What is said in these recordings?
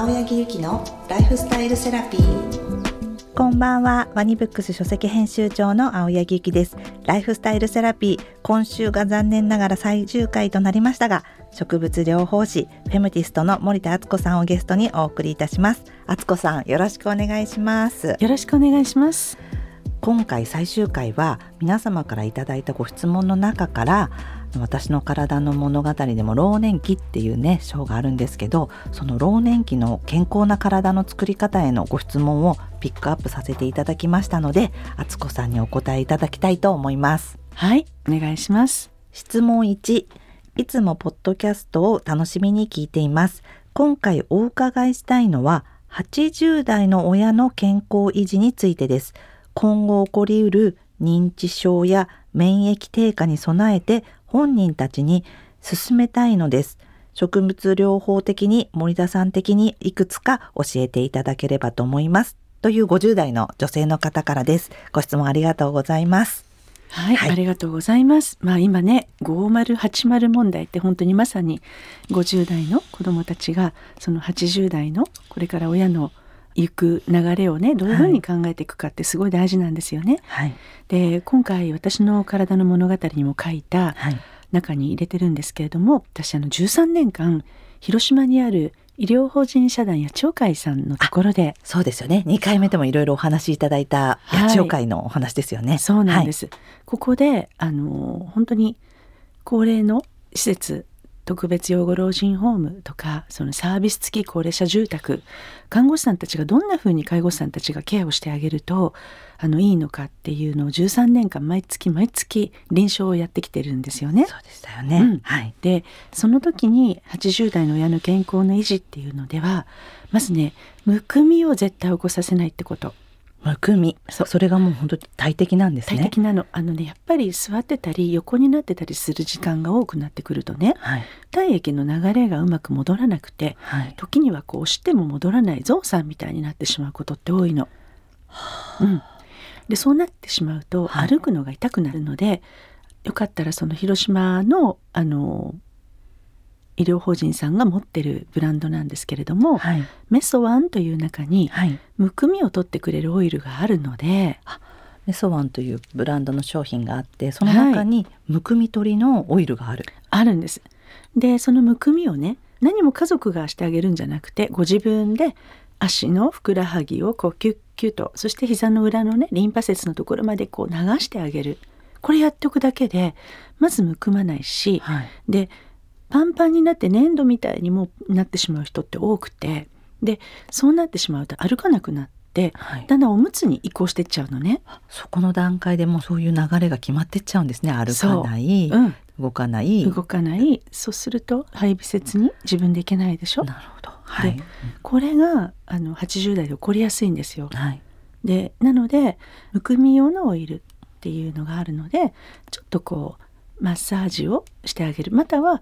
青柳ゆきのライフスタイルセラピー。 こんばんは。ワニブックス書籍編集長の青柳ゆきです。ライフスタイルセラピー、今週が残念ながら最終回となりましたが、植物療法士フェムティストの森田敦子さんをゲストにお送りいたします。敦子さん、よろしくお願いします。 よろしくお願いします。 今回最終回は皆様からいただいたご質問の中から、私の体の物語でも老年期っていうね章があるんですけど、その老年期の健康な体の作り方へのご質問をピックアップさせていただきましたので、敦子さんにお答えいただきたいと思います。 はい、お願いします。 質問1、いつもポッドキャストを楽しみに聞いています。今回お伺いしたいのは80代の親の健康維持についてです。今後起こりうる認知症や免疫低下に備えて本人たちに進めたいのです。植物療法的に、森田さん的にいくつか教えていただければと思います。という50代の女性の方からです。ご質問ありがとうございます。 はい、ありがとうございます。今ね、50、80問題って本当にまさに50代の子どもたちがその80代のこれから親の行く流れをね、どういうふうに考えていくかってすごい大事なんですよね。 はい、 で、今回私の体の物語にも書いた中に入れてるんですけれども、私13年間広島にある医療法人社団野鳥会さんのところで、 そうですよね、2回目でもいろいろお話しいただいた野鳥会のお話ですよね。 そうなんです、ここで本当に高齢の施設、特別養護老人ホームとか、そのサービス付き高齢者住宅、看護師さんたちがどんな風に介護士さんたちがケアをしてあげるといいのかっていうのを13年間毎月臨床をやってきてるんですよね。 そうでしたよね、はい。 で、その時に80代の親の健康の維持っていうのでは、まずね、むくみを絶対起こさせないってこと。 むくみ、それがもう本当に大敵なんですね。 大敵なの。やっぱり座ってたり横になってたりする時間が多くなってくるとね、体液の流れがうまく戻らなくて、時にはこう押しても戻らないゾウさんみたいになってしまうことって多いの。で、そうなってしまうと歩くのが痛くなるので、よかったらその広島の医療法人さんが持ってるブランドなんですけれども、メソワンという中にむくみを取ってくれるオイルがあるので、 メソワンというブランドの商品があって、その中にむくみ取りのオイルがあるんです。で、そのむくみをね、何も家族がしてあげるんじゃなくて、ご自分で足のふくらはぎをこうキュッキュッと、そして膝の裏のね、リンパ節のところまでこう流してあげる。これやっておくだけでまずむくまないし、でパンパンになって粘土みたいにもなってしまう人って多くて、でそうなってしまうと歩かなくなって、だんだんおむつに移行していっちゃうのね。 そこの段階でもうそういう流れが決まってっちゃうんですね。歩かない、動かない。 そうすると排泄節に自分で行けないでしょ。 なるほど、 でこれが80代で起こりやすいんですよ。でなのでむくみ用のオイルっていうのがあるので、ちょっとこうマッサージをしてあげる。または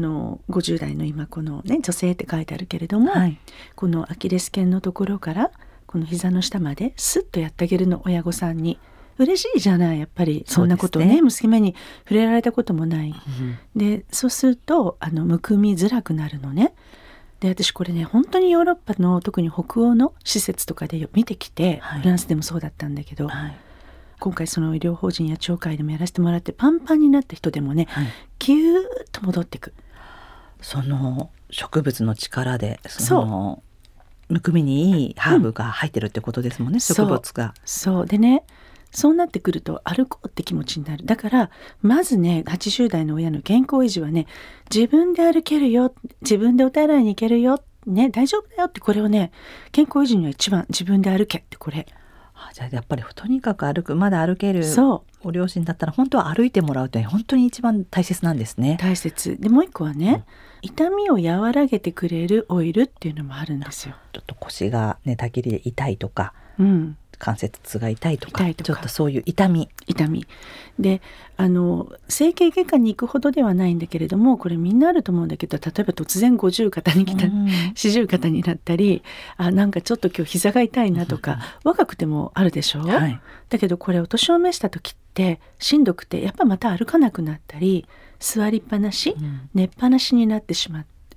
50代の今このね、女性って書いてあるけれども、このアキレス腱のところからこの膝の下までスッとやってあげるの。親御さんに嬉しいじゃない、やっぱりそんなことをね、娘に触れられたこともない、でそうするとむくみづらくなるのね。で、私これね、本当にヨーロッパの特に北欧の施設とかで見てきて、フランスでもそうだったんだけど、今回その医療法人や鳥会でもやらせてもらって、パンパンになった人でもね、キューッと戻っていく。 その植物の力でむくみにいいハーブが入ってるってことですもんね、植物が。 そうでね、そうなってくると歩こうって気持ちになる。だからまずね、80代の親の健康維持はね、自分で歩けるよ、自分でお手洗いに行けるよ、ね、大丈夫だよって、これをね、健康維持には一番自分で歩けって、これ。 じゃあやっぱりとにかくまだ歩けるご両親だったら本当は歩いてもらうと本当に一番大切なんですね。 大切で、もう一個はね、痛みを和らげてくれるオイルっていうのもあるんですよ。 ちょっと腰が寝たきりで痛いとか、関節痛が痛いとか、ちょっとそういう痛みで、整形外科に行くほどではないんだけれども、これみんなあると思うんだけど、例えば突然50肩に来たり、40肩になったり、なんかちょっと今日膝が痛いなとか、若くてもあるでしょ、だけどこれお年を召した時ってしんどくて、やっぱまた歩かなくなったり、座りっぱなし、寝っぱなしになってしま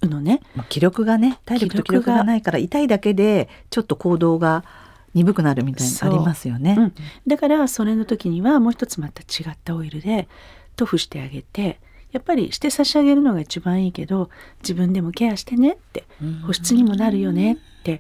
のね。 気力がね、体力と気力がないから痛いだけでちょっと行動が鈍くなるみたいなありますよね。 だからそれの時にはもう一つまた違ったオイルで塗布してあげて、やっぱりして差し上げるのが一番いいけど、自分でもケアしてねって、保湿にもなるよねって。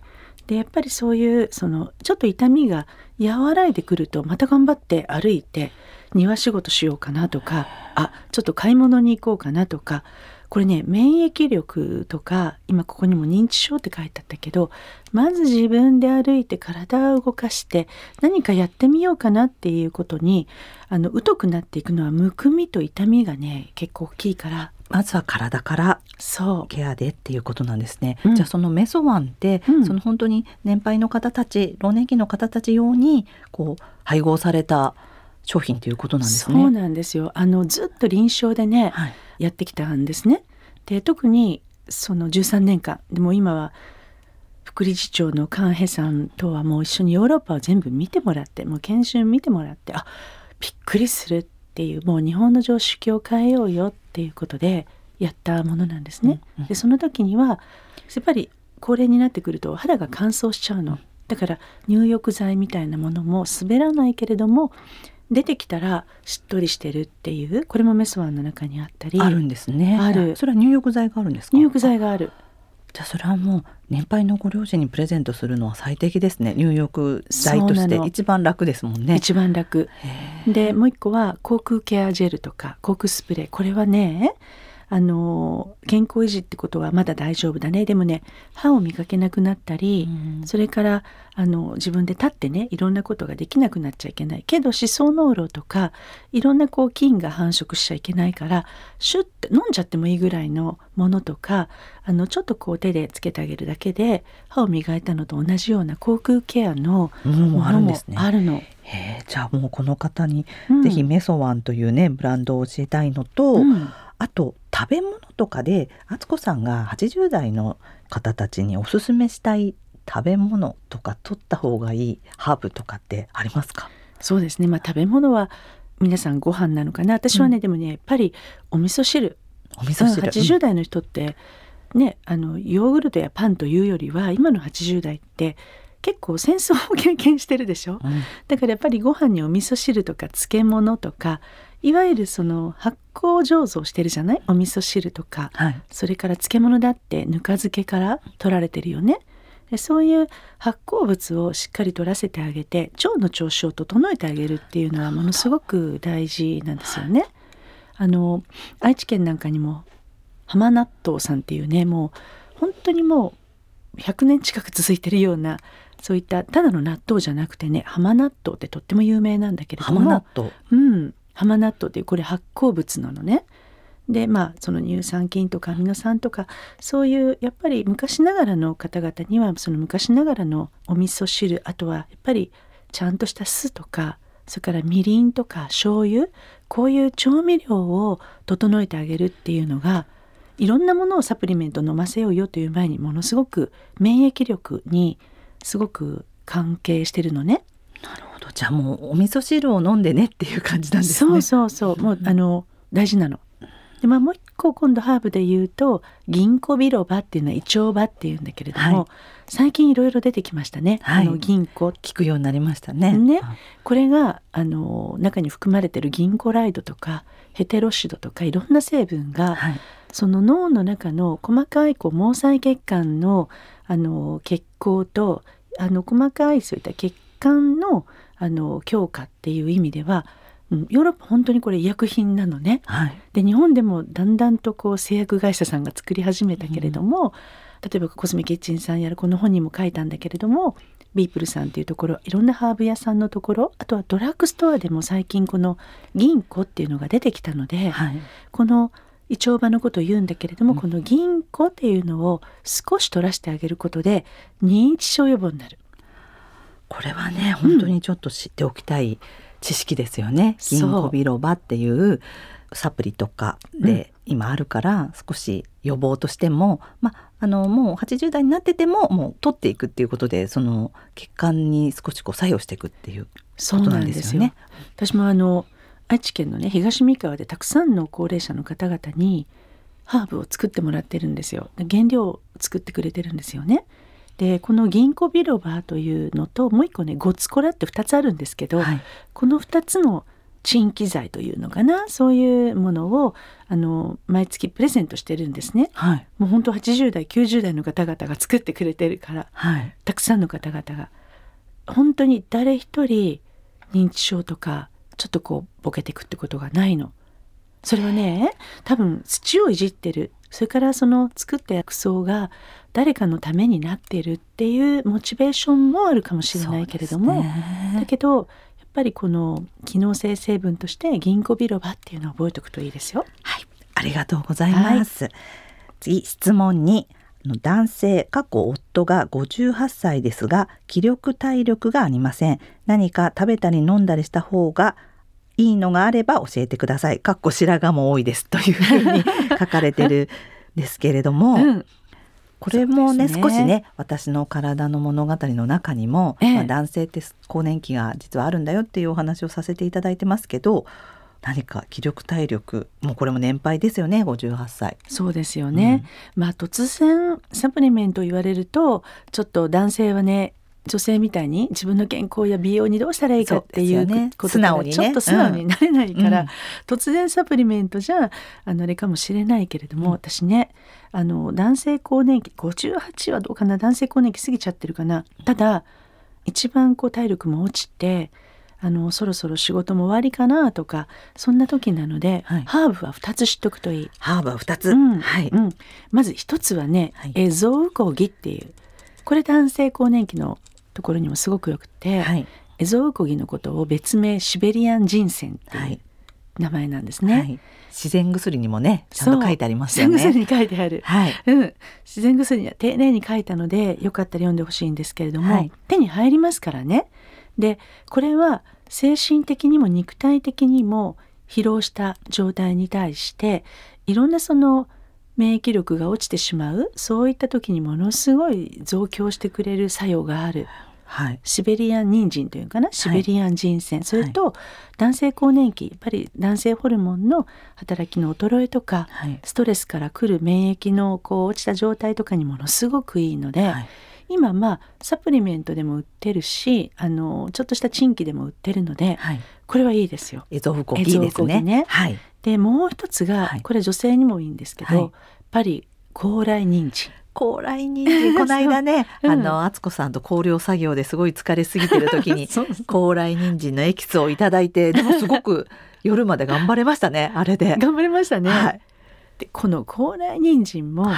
でやっぱりそういうちょっと痛みが和らいでくると、また頑張って歩いて庭仕事しようかなとか、ちょっと買い物に行こうかなとか、これね、免疫力とか、今ここにも認知症って書いてあったけど、まず自分で歩いて体を動かして何かやってみようかなっていうことに疎くなっていくのは、むくみと痛みがね結構大きいから、 まずは体からケアでっていうことなんですね。じゃあそのメソワンって、その本当に年配の方たち、老年期の方たち用に配合された商品ということなんですね。 そうなんですよ。ずっと臨床でね、やってきたんですね。で特にその13年間でも、今は副理事長のカンヘさんとはもう一緒にヨーロッパを全部見てもらって、もう研修見てもらって、びっくりするっていう、もう日本の常識を変えようよっていうことでやったものなんですね。でその時にはやっぱり高齢になってくると肌が乾燥しちゃうの。だから入浴剤みたいなものも滑らないけれども、出てきたらしっとりしてるっていう、これもメソワンの中にあったり。 あるんですね。 ある。 それは入浴剤があるんですか？ 入浴剤がある。 じゃあそれはもう年配のご両親にプレゼントするのは最適ですね。入浴剤として一番楽ですもんね。 一番楽で、もう一個は口腔ケアジェルとか口腔スプレー。これはね、健康維持ってことはまだ大丈夫だね。でもね、歯を磨けなくなったり、それから自分で立ってね、いろんなことができなくなっちゃいけないけど、歯槽膿漏とかいろんな菌が繁殖しちゃいけないから、シュッて飲んじゃってもいいぐらいのものとか、ちょっと手でつけてあげるだけで歯を磨いたのと同じような口腔ケアのものもあるんですね。あるの。 じゃあもうこの方にぜひメソワンというね、ブランドを教えたいのと、あと食べ物とかで敦子さんが80代の方たちにおすすめしたい食べ物とか、取った方がいいハーブとかってありますか？ そうですね、食べ物は皆さんご飯なのかな。私はね、でもね、やっぱりお味噌汁。80代の人ってね、ヨーグルトやパンというよりは、今の80代って結構戦争を経験してるでしょ。だからやっぱりご飯にお味噌汁とか漬物とか、いわゆるその発酵醸造してるじゃない、お味噌汁とか、それから漬物だってぬか漬けから取られてるよね。でそういう発酵物をしっかり取らせてあげて、腸の調子を整えてあげるっていうのはものすごく大事なんですよね。愛知県なんかにも浜納豆さんっていうね、もう本当にもう100年近く続いてるような、そういったただの納豆じゃなくてね、浜納豆ってとっても有名なんだけれども、 浜納豆、 浜納豆っていう、これ発酵物なのね。でその乳酸菌とかアミノ酸とか、そういうやっぱり昔ながらの方々には、その昔ながらのお味噌汁、あとはやっぱりちゃんとした酢とか、それからみりんとか醤油、こういう調味料を整えてあげるっていうのが、いろんなものをサプリメント飲ませようよという前に、ものすごく免疫力にすごく関係してるのね。 なるほど。じゃあもうお味噌汁を飲んでねっていう感じなんですね。 そうもう大事なの。でもう一個今度ハーブで言うと、銀行ビロバっていうのはイチョウバっていうんだけれども、最近いろいろ出てきましたね。銀行聞くようになりましたね。 これが中に含まれてるギンコライドとかヘテロシドとか、いろんな成分が、その脳の中の細かい毛細血管の血行と細かいそういった血管の強化っていう意味では、ヨーロッパ本当にこれ医薬品なのね。で日本でもだんだんと製薬会社さんが作り始めたけれども、例えばコスメキッチンさんやら、この本にも書いたんだけれども、ビープルさんっていうところ、いろんなハーブ屋さんのところ、あとはドラッグストアでも最近この銀行っていうのが出てきたので、このイチョウバのことを言うんだけれども、この銀行っていうのを少し取らせてあげることで認知症予防になる。 これはね、本当にちょっと知っておきたい知識ですよね。銀行ビロバっていうサプリとかで今あるから、少し予防としても、もう80代になっててももう取っていくっていうことで、その血管に少し作用していくっていうことなんですよね。 私も愛知県のね、東三河でたくさんの高齢者の方々にハーブを作ってもらってるんですよ。原料を作ってくれてるんですよね。でこのギンコビロバというのともう一個ねゴツコラって2つあるんですけど、 はい、 この2つの鎮気剤というのかな、そういうものを毎月プレゼントしてるんですね、 はい、 もう本当80代90代の方々が作ってくれてるから、 はい、 たくさんの方々が本当に誰一人認知症とかちょっとこうボケていくってことがないの。それはね多分土をいじってる、それからその作った薬草が誰かのためになっているっていうモチベーションもあるかもしれないけれども、だけどやっぱりこの機能性成分としてギンコビロバっていうのを覚えておくといいですよ。 はい、ありがとうございます、はい、次質問2、男性夫が58歳ですが気力体力がありません。何か食べたり飲んだりした方がいいのがあれば教えてください。白髪も多いですというふうに書かれてるんですけれども、これも ね少しね私の体の物語の中にも、男性って更年期が実はあるんだよっていうお話をさせていただいてますけど、何か気力体力もうこれも年配ですよね、58歳。 そうですよね、突然サプリメント言われるとちょっと男性はね女性みたいに自分の健康や美容にどうしたらいいかっていうことからちょっと素直になれないから、突然サプリメントじゃあれかもしれないけれども、私ね男性更年期58はどうかな、男性更年期過ぎちゃってるかな。ただ一番体力も落ちてそろそろ仕事も終わりかなとかそんな時なので、ハーブは2つ知っとくといい。 ハーブは2つ、 まず1つはね、エゾウコギっていうこれ男性更年期のところにもすごくよくて、エゾウコギのことを別名シベリアンジンセンっていう名前なんですね、 自然薬にもねちゃんと書いてありますよね。 自然薬に書いてある、自然薬には丁寧に書いたのでよかったら読んでほしいんですけれども、手に入りますからね。でこれは精神的にも肉体的にも疲労した状態に対していろんなその免疫力が落ちてしまう、そういった時にものすごい増強してくれる作用がある、シベリアン人参というかな、シベリアン人参、それと男性更年期やっぱり男性ホルモンの働きの衰えとか、ストレスから来る免疫の落ちた状態とかにものすごくいいので、今サプリメントでも売ってるしちょっとした鎮気でも売ってるので、これはいいですよ。 エゾウコギですね。 でもう一つが、これ女性にもいいんですけど、やっぱり高麗人参。 高麗人参この間ね敦子さんと香料作業ですごい疲れすぎてる時に高麗人参のエキスをいただいて、でもすごく夜まで頑張れましたね。あれで頑張れましたね、でこの高麗人参も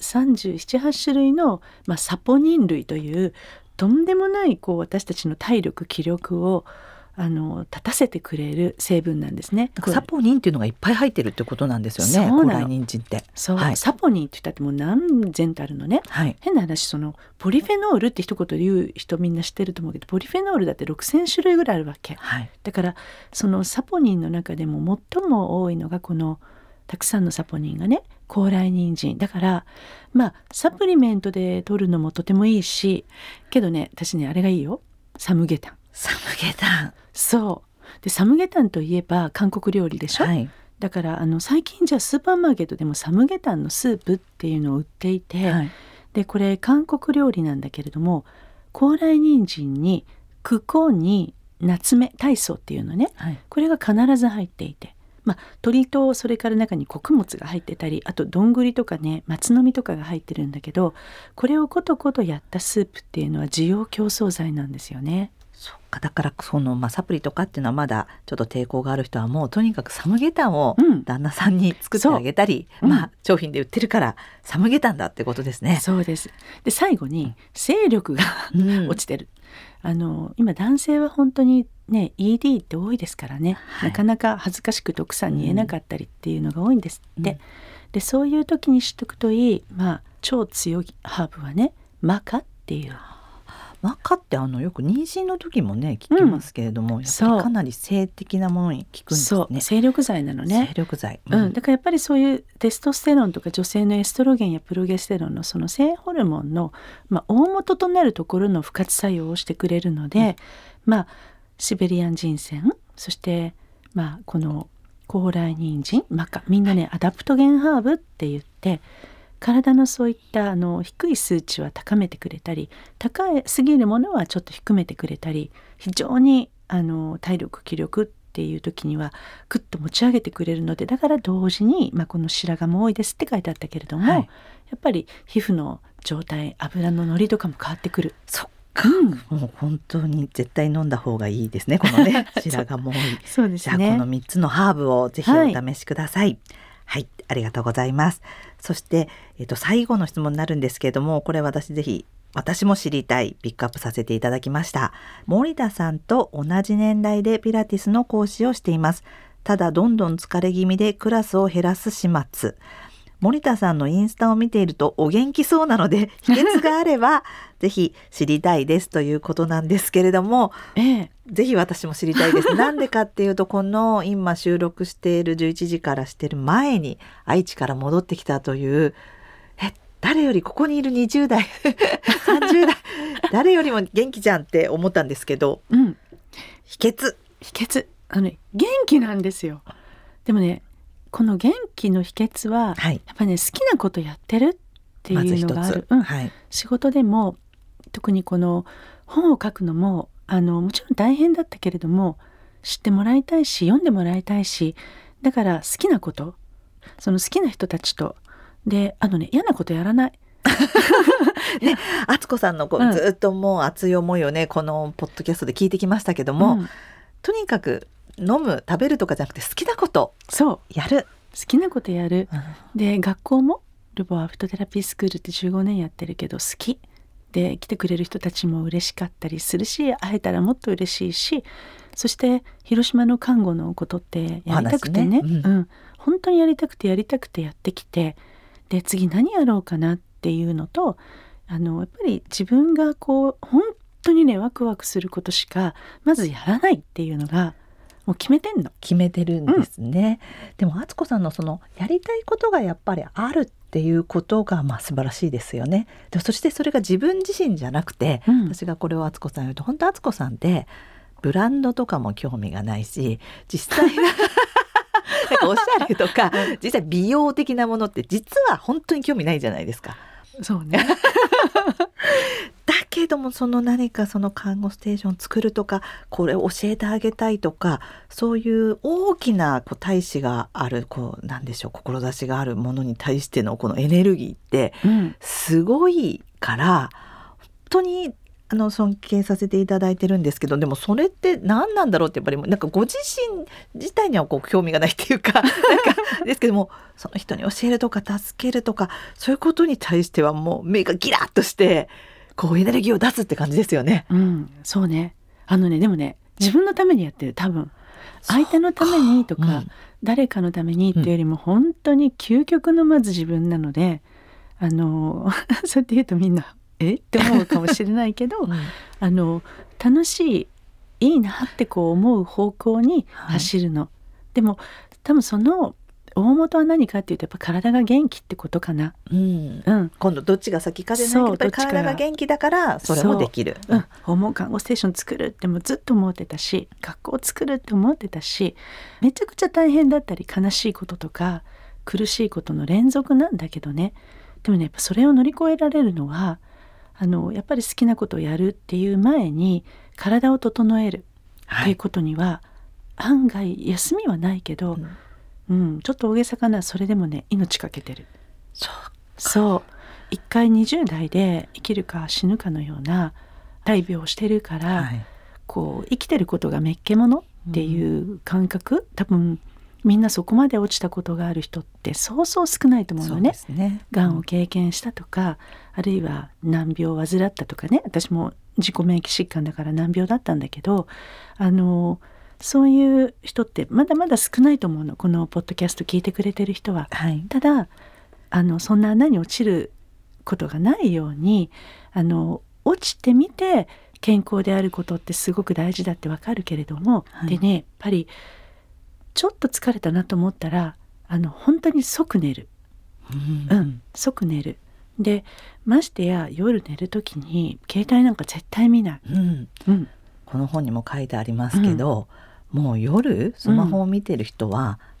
37、8種類の、サポニン類というとんでもない私たちの体力気力を立たせてくれる成分なんですね。 サポニンっていうのがいっぱい入ってるってことなんですよね。高麗人参ってサポニンって言ったってもう何千とあるのね、変な話ポリフェノールって一言で言う人みんな知ってると思うけど、ポリフェノールだって6000種類ぐらいあるわけ、だからそのサポニンの中でも最も多いのがこのたくさんのサポニンがね高麗人参だから、サプリメントで取るのもとてもいいし、けどね私ねあれがいいよ、サムゲタン。 サムゲタン、 そうでサムゲタンといえば韓国料理でしょ、だから最近じゃスーパーマーケットでもサムゲタンのスープっていうのを売っていて、でこれ韓国料理なんだけれども、高麗人参にクコにナツメ大草っていうのね、これが必ず入っていて、鶏とそれから中に穀物が入ってたり、あとどんぐりとかね松の実とかが入ってるんだけど、これをコトコトやったスープっていうのは需要競争剤なんですよね。 そうか、だからサプリとかっていうのはまだちょっと抵抗がある人はもうとにかくサムゲタンを旦那さんに作ってあげたり、商品で売ってるからサムゲタンだってことですね。 そうです。で最後に精力が落ちてる、今男性は本当にね ED って多いですからね、なかなか恥ずかしくて奥さんに言えなかったりっていうのが多いんですって、でそういう時に知っとくといい、超強いハーブはねマカっていう、 マカってよく妊娠の時もね聞きますけれども、やっぱりかなり性的なものに効くんですね。 精力剤なのね。 精力剤、 だからやっぱりそういうテストステロンとか女性のエストロゲンやプロゲステロンのその性ホルモンの、大元となるところの不活作用をしてくれるので、シベリアン人参、そしてこの高麗人参、マカ、みんなねアダプトゲンハーブって言って体のそういった低い数値は高めてくれたり、高すぎるものはちょっと低めてくれたり、非常に体力気力っていう時にはグッと持ち上げてくれるので、だから同時に、この白髪も多いですって書いてあったけれども、やっぱり皮膚の状態、油の乗りとかも変わってくる。 そっか、もう本当に絶対飲んだ方がいいですね、このね白髪も多いそうですね。 じゃあこの3つのハーブをぜひお試しください。はい、ありがとうございます。そして、最後の質問になるんですけれども、これ私も知りたい、ピックアップさせていただきました。森田さんと同じ年代でピラティスの講師をしています。ただどんどん疲れ気味でクラスを減らす始末。森田さんのインスタを見ているとお元気そうなので、秘訣があればぜひ知りたいですということなんですけれども、ぜひ私も知りたいです。なんでかっていうと、この今収録している11時からしてる前に愛知から戻ってきたという、誰よりここにいる20代30代誰よりも元気じゃんって思ったんですけど、秘訣元気なんですよ。でもね、この元気の秘訣は、やっぱりね、好きなことやってるっていうのがある。仕事でも特にこの本を書くのももちろん大変だったけれども、知ってもらいたいし読んでもらいたいし、だから好きなこと、その好きな人たちとで嫌なことやらないね、敦子さんのずっともう熱い思いをね、このポッドキャストで聞いてきましたけども、とにかく飲む食べるとかじゃなくて好きなことやる、 好きなことやる、で学校もルボアフトテラピースクールって15年やってるけど、好きで来てくれる人たちも嬉しかったりするし、会えたらもっと嬉しいし、そして広島の看護のことってやりたくてね、本当にやりたくてやってきて、で次何やろうかなっていうのと、やっぱり自分が本当にねワクワクすることしかまずやらないっていうのがもう決めてるんですね。 でも敦子さんのそのやりたいことがやっぱりあるっていうことが素晴らしいですよね。でそしてそれが自分自身じゃなくて、私がこれを敦子さん言うと、本当敦子さんってブランドとかも興味がないし、実際なんかおしゃれとか実際美容的なものって実は本当に興味ないじゃないですか。 そうねだけども何か看護ステーション作るとか、これを教えてあげたいとか、そういう大きな大志があるなんでしょう、志があるものに対してのこのエネルギーってすごいから、本当に尊敬させていただいてるんですけど、でもそれって何なんだろうって、やっぱりなんかご自身自体には興味がないっていうかですけども、その人に教えるとか助けるとか、そういうことに対してはもう目がギラッとしてエネルギーを出すって感じですよね。 そうね。でもね、自分のためにやってる、多分相手のためにとか、誰かのためにっていうよりも、本当に究極のまず自分なので、そうやって言うとみんなって思うかもしれないけど、楽しい、いいなって思う方向に走るの、でも多分その大元は何かっていうと、やっぱ体が元気ってことかな。 今度どっちが先かでないけど、やっぱり体が元気だからそれもできる。 訪問看護ステーション作るってもずっと思ってたし、学校を作るって思ってたし、めちゃくちゃ大変だったり悲しいこととか苦しいことの連続なんだけどね。でもね、やっぱそれを乗り越えられるのはやっぱり好きなことをやるっていう前に体を整えるっていうことには、案外休みはないけど、ちょっと大げさかな、それでもね命かけてる。そう一回20代で生きるか死ぬかのような大病をしてるから、生きてることがめっけものっていう感覚、多分みんなそこまで落ちたことがある人ってそうそう少ないと思うのね。がんを経験したとか、あるいは難病を患ったとかね。私も自己免疫疾患だから難病だったんだけど、そういう人ってまだまだ少ないと思うの、このポッドキャスト聞いてくれてる人は。ただそんな穴に落ちることがないように、落ちてみて健康であることってすごく大事だってわかるけれども、でね、やっぱりちょっと疲れたなと思ったら本当に即寝る、即寝る。でましてや夜寝る時に携帯なんか絶対見ない、 この本にも書いてありますけど、もう夜スマホを見てる人は、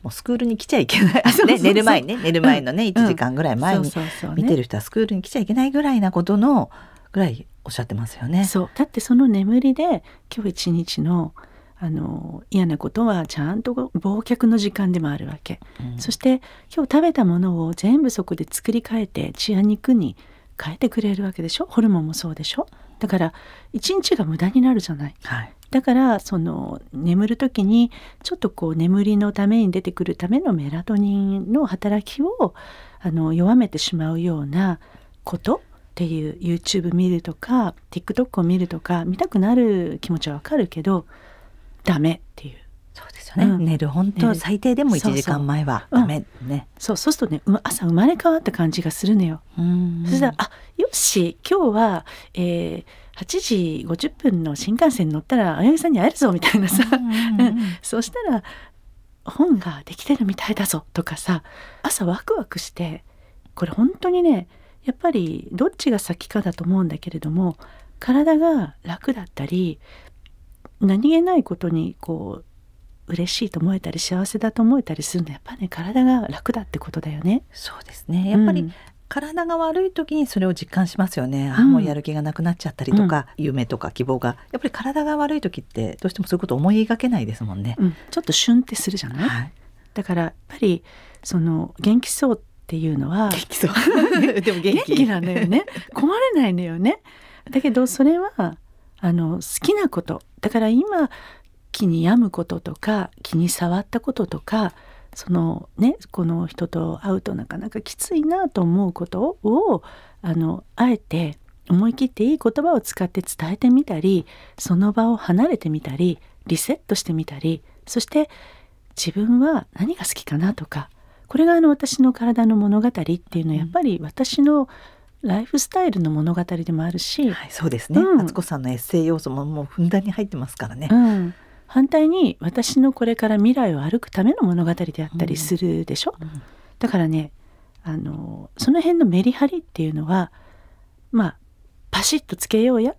もうスクールに来ちゃいけない、ね、寝る前にね、寝る前のね、1時間ぐらい前に見てる人はスクールに来ちゃいけないぐらいなことのぐらいおっしゃってますよね。 そうだってその眠りで今日一日の嫌なことはちゃんと忘却の時間でもあるわけ、そして今日食べたものを全部そこで作り変えて血や肉に変えてくれるわけでしょ。ホルモンもそうでしょ。だから一日が無駄になるじゃない、はい、だからその眠る時にちょっとこう眠りのために出てくるためのメラトニンの働きを弱めてしまうようなことっていう YouTube 見るとか TikTok を見るとか見たくなる気持ちはわかるけどダメっていう。 そうですよね、寝る本当最低でも1時間前はダメね。 そうするとね朝生まれ変わった感じがするのよ。そしたらよし今日は、8時50分の新幹線に乗ったら青柳さんに会えるぞみたいなさ、そうしたら本ができてるみたいだぞとかさ、朝ワクワクして、これ本当にねやっぱりどっちが先かだと思うんだけれども、体が楽だったり何気ないことにこう嬉しいと思えたり幸せだと思えたりするのはやっぱね体が楽だってことだよね。 そうですね、やっぱり、体が悪い時にそれを実感しますよね。もうやる気がなくなっちゃったりとか、夢とか希望がやっぱり体が悪い時ってどうしてもそういうこと思い描けないですもんね、 ちょっとシュンってするじゃない、はい、だからやっぱりその元気そうっていうのは元気そうでも元気なんだよね困れないのよね。だけどそれは好きなことだから、今気に病むこととか気に障ったこととか、そのねこの人と会うとなかなかきついなと思うことをあえて思い切っていい言葉を使って伝えてみたり、その場を離れてみたりリセットしてみたり、そして自分は何が好きかなとか、これが私の体の物語っていうのはやっぱり私のライフスタイルの物語でもあるし、 はい、そうですね、敦子さんのエッセイ要素ももうふんだんに入ってますからね、 反対に私のこれから未来を歩くための物語であったりするでしょ、だからねその辺のメリハリっていうのはパシッとつけようやって、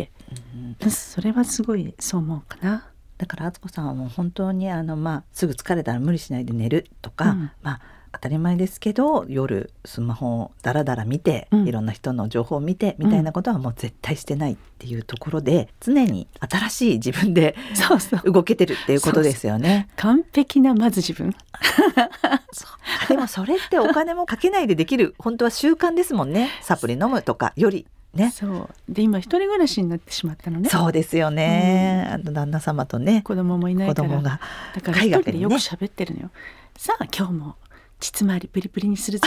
それはすごいそう思うかな。 だから敦子さんはもう本当にすぐ疲れたら無理しないで寝るとか、当たり前ですけど夜スマホをダラダラ見て、いろんな人の情報を見てみたいなことはもう絶対してないっていうところで、常に新しい自分で動けてるっていうことですよね。 完璧なまず自分でもそれってお金もかけないでできる本当は習慣ですもんね。サプリ飲むとかよりね。 そうで今一人暮らしになってしまったのね。 そうですよね、旦那様とね子供もいないから、 子供がだから一人でよく喋ってるのよ、さあ今日も膣周りプリプリにするぞ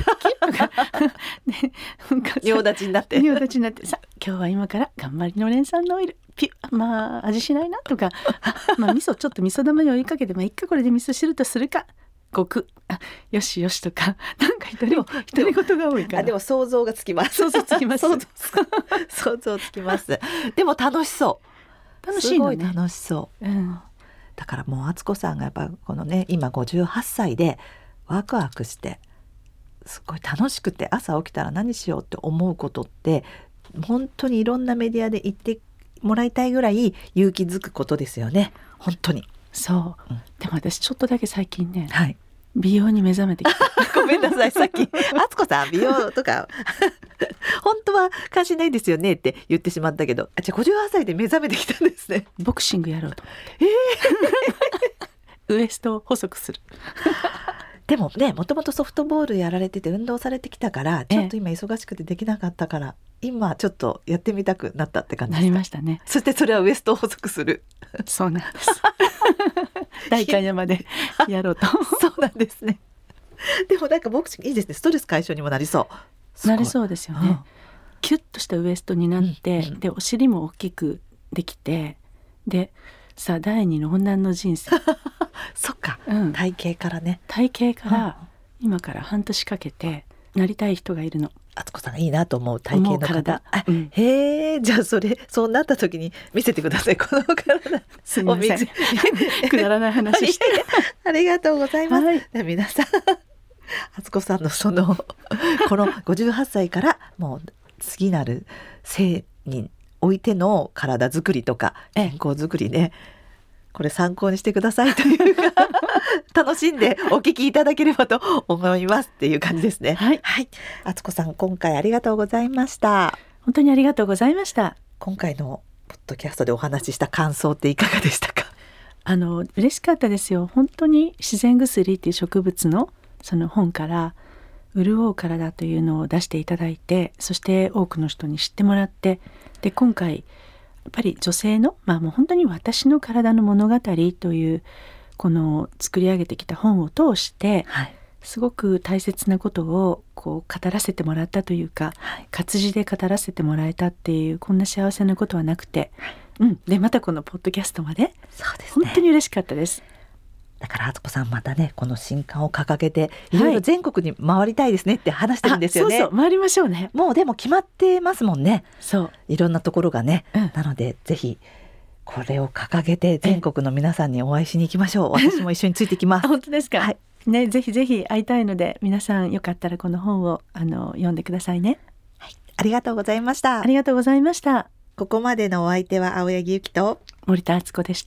仁王立ちになってさあ今日は今から頑張りのレン酸のオイルピュ味しないなとか味噌ちょっと味噌玉に追いかけて一回これで味噌汁とするかごくよしよしとか、なんか独り言が多いからでも想像がつきます想像つきます想像つきますでも楽しそう楽しいのね、 すごい楽しそう、だからもう敦子さんがやっぱこのね今58歳でワクワクしてすごい楽しくて、朝起きたら何しようって思うことって本当にいろんなメディアで言ってもらいたいぐらい勇気づくことですよね。本当にそう、でも私ちょっとだけ最近ね、美容に目覚めてきたごめんなさい、さっき敦子さん美容とか本当は関心ないですよねって言ってしまったけど、じゃあ58歳で目覚めてきたんですね。 ボクシングやろうと思ってウエストを細くするでもね、もともとソフトボールやられてて運動されてきたから、ちょっと今忙しくてできなかったから、今ちょっとやってみたくなったって感じですか？ なりましたね。 そしてそれはウエストを細くするそうなんです代官山でやろうとそうなんですね。でもなんかボクシングいいですね。ストレス解消にもなりそう。 なりそうですよね、キュッとしたウエストになって、でお尻も大きくできて、でさあ第二の女の人生そっか、体型からね、 体型から今から半年かけてなりたい人がいるの。 敦子さんがいいなと思う体型の方、へえ、じゃあそうなった時に見せてください、この体。 すみませんくだらない話してありがとうございます、皆さん敦子さんのこの58歳からもう次なる性においての体づくりとか健康づくりね、 これ参考にしてくださいというか楽しんでお聞きいただければと思いますっていう感じですね。 はい、 敦子さん、今回ありがとうございました。 本当にありがとうございました。 今回のポッドキャストでお話しした感想っていかがでしたか？ 嬉しかったですよ。本当に自然薬っていう植物のその本から潤う体というのを出していただいて、そして多くの人に知ってもらって、で今回やっぱり女性の、もう本当に私の体の物語というこの作り上げてきた本を通して、すごく大切なことをこう語らせてもらったというか、活字で語らせてもらえたっていう、こんな幸せなことはなくて、でまたこのポッドキャストまで、 そうですね、 本当に嬉しかったです。 だから敦子さんまたね、この新刊を掲げていろいろ全国に回りたいですねって話してるんですよね。 そう回りましょうね。 もうでも決まってますもんね。 そういろんなところがね、なのでぜひこれを掲げて全国の皆さんにお会いしに行きましょう。私も一緒についてきます。 本当ですか？ね、ぜひぜひ会いたいので、皆さんよかったらこの本を読んでくださいね。 ありがとうございました。 ありがとうございました。 ここまでのお相手は青柳ゆきと森田敦子でした。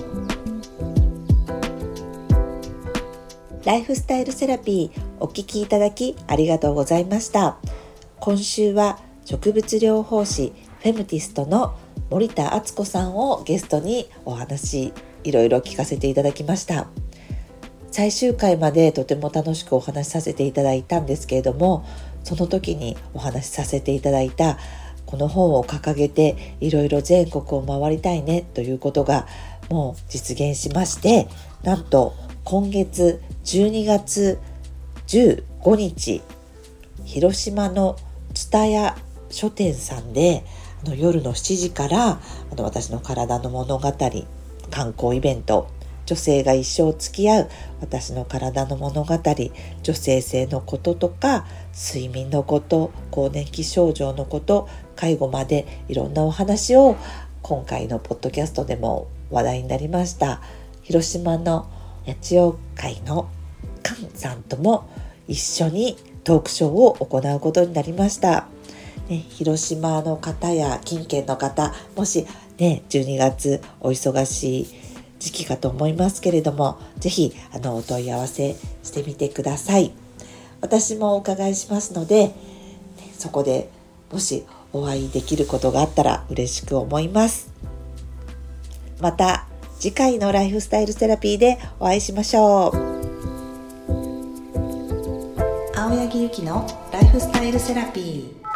ライフスタイルセラピーお聞きいただきありがとうございました。今週は植物療法士フェムティストの森田敦子さんをゲストにお話いろいろ聞かせていただきました。最終回までとても楽しくお話しさせていただいたんですけれども、その時にお話しさせていただいたこの本を掲げていろいろ全国を回りたいねということがもう実現しまして、なんと今月12月15日広島の蔦屋書店さんで夜の7時から私の体の物語観光イベント、女性が一生付き合う私の体の物語、女性性のこととか睡眠のこと、更年期症状のこと、介護までいろんなお話を今回のポッドキャストでも話題になりました広島の八千代会の菅さんとも一緒にトークショーを行うことになりました、広島の方や近県の方、もし12月お忙しい時期かと思いますけれども、ぜひお問い合わせしてみてください。私もお伺いしますので、そこでもしお会いできることがあったら嬉しく思います。また次回のライフスタイルセラピーでお会いしましょう。青柳ゆきのライフスタイルセラピー。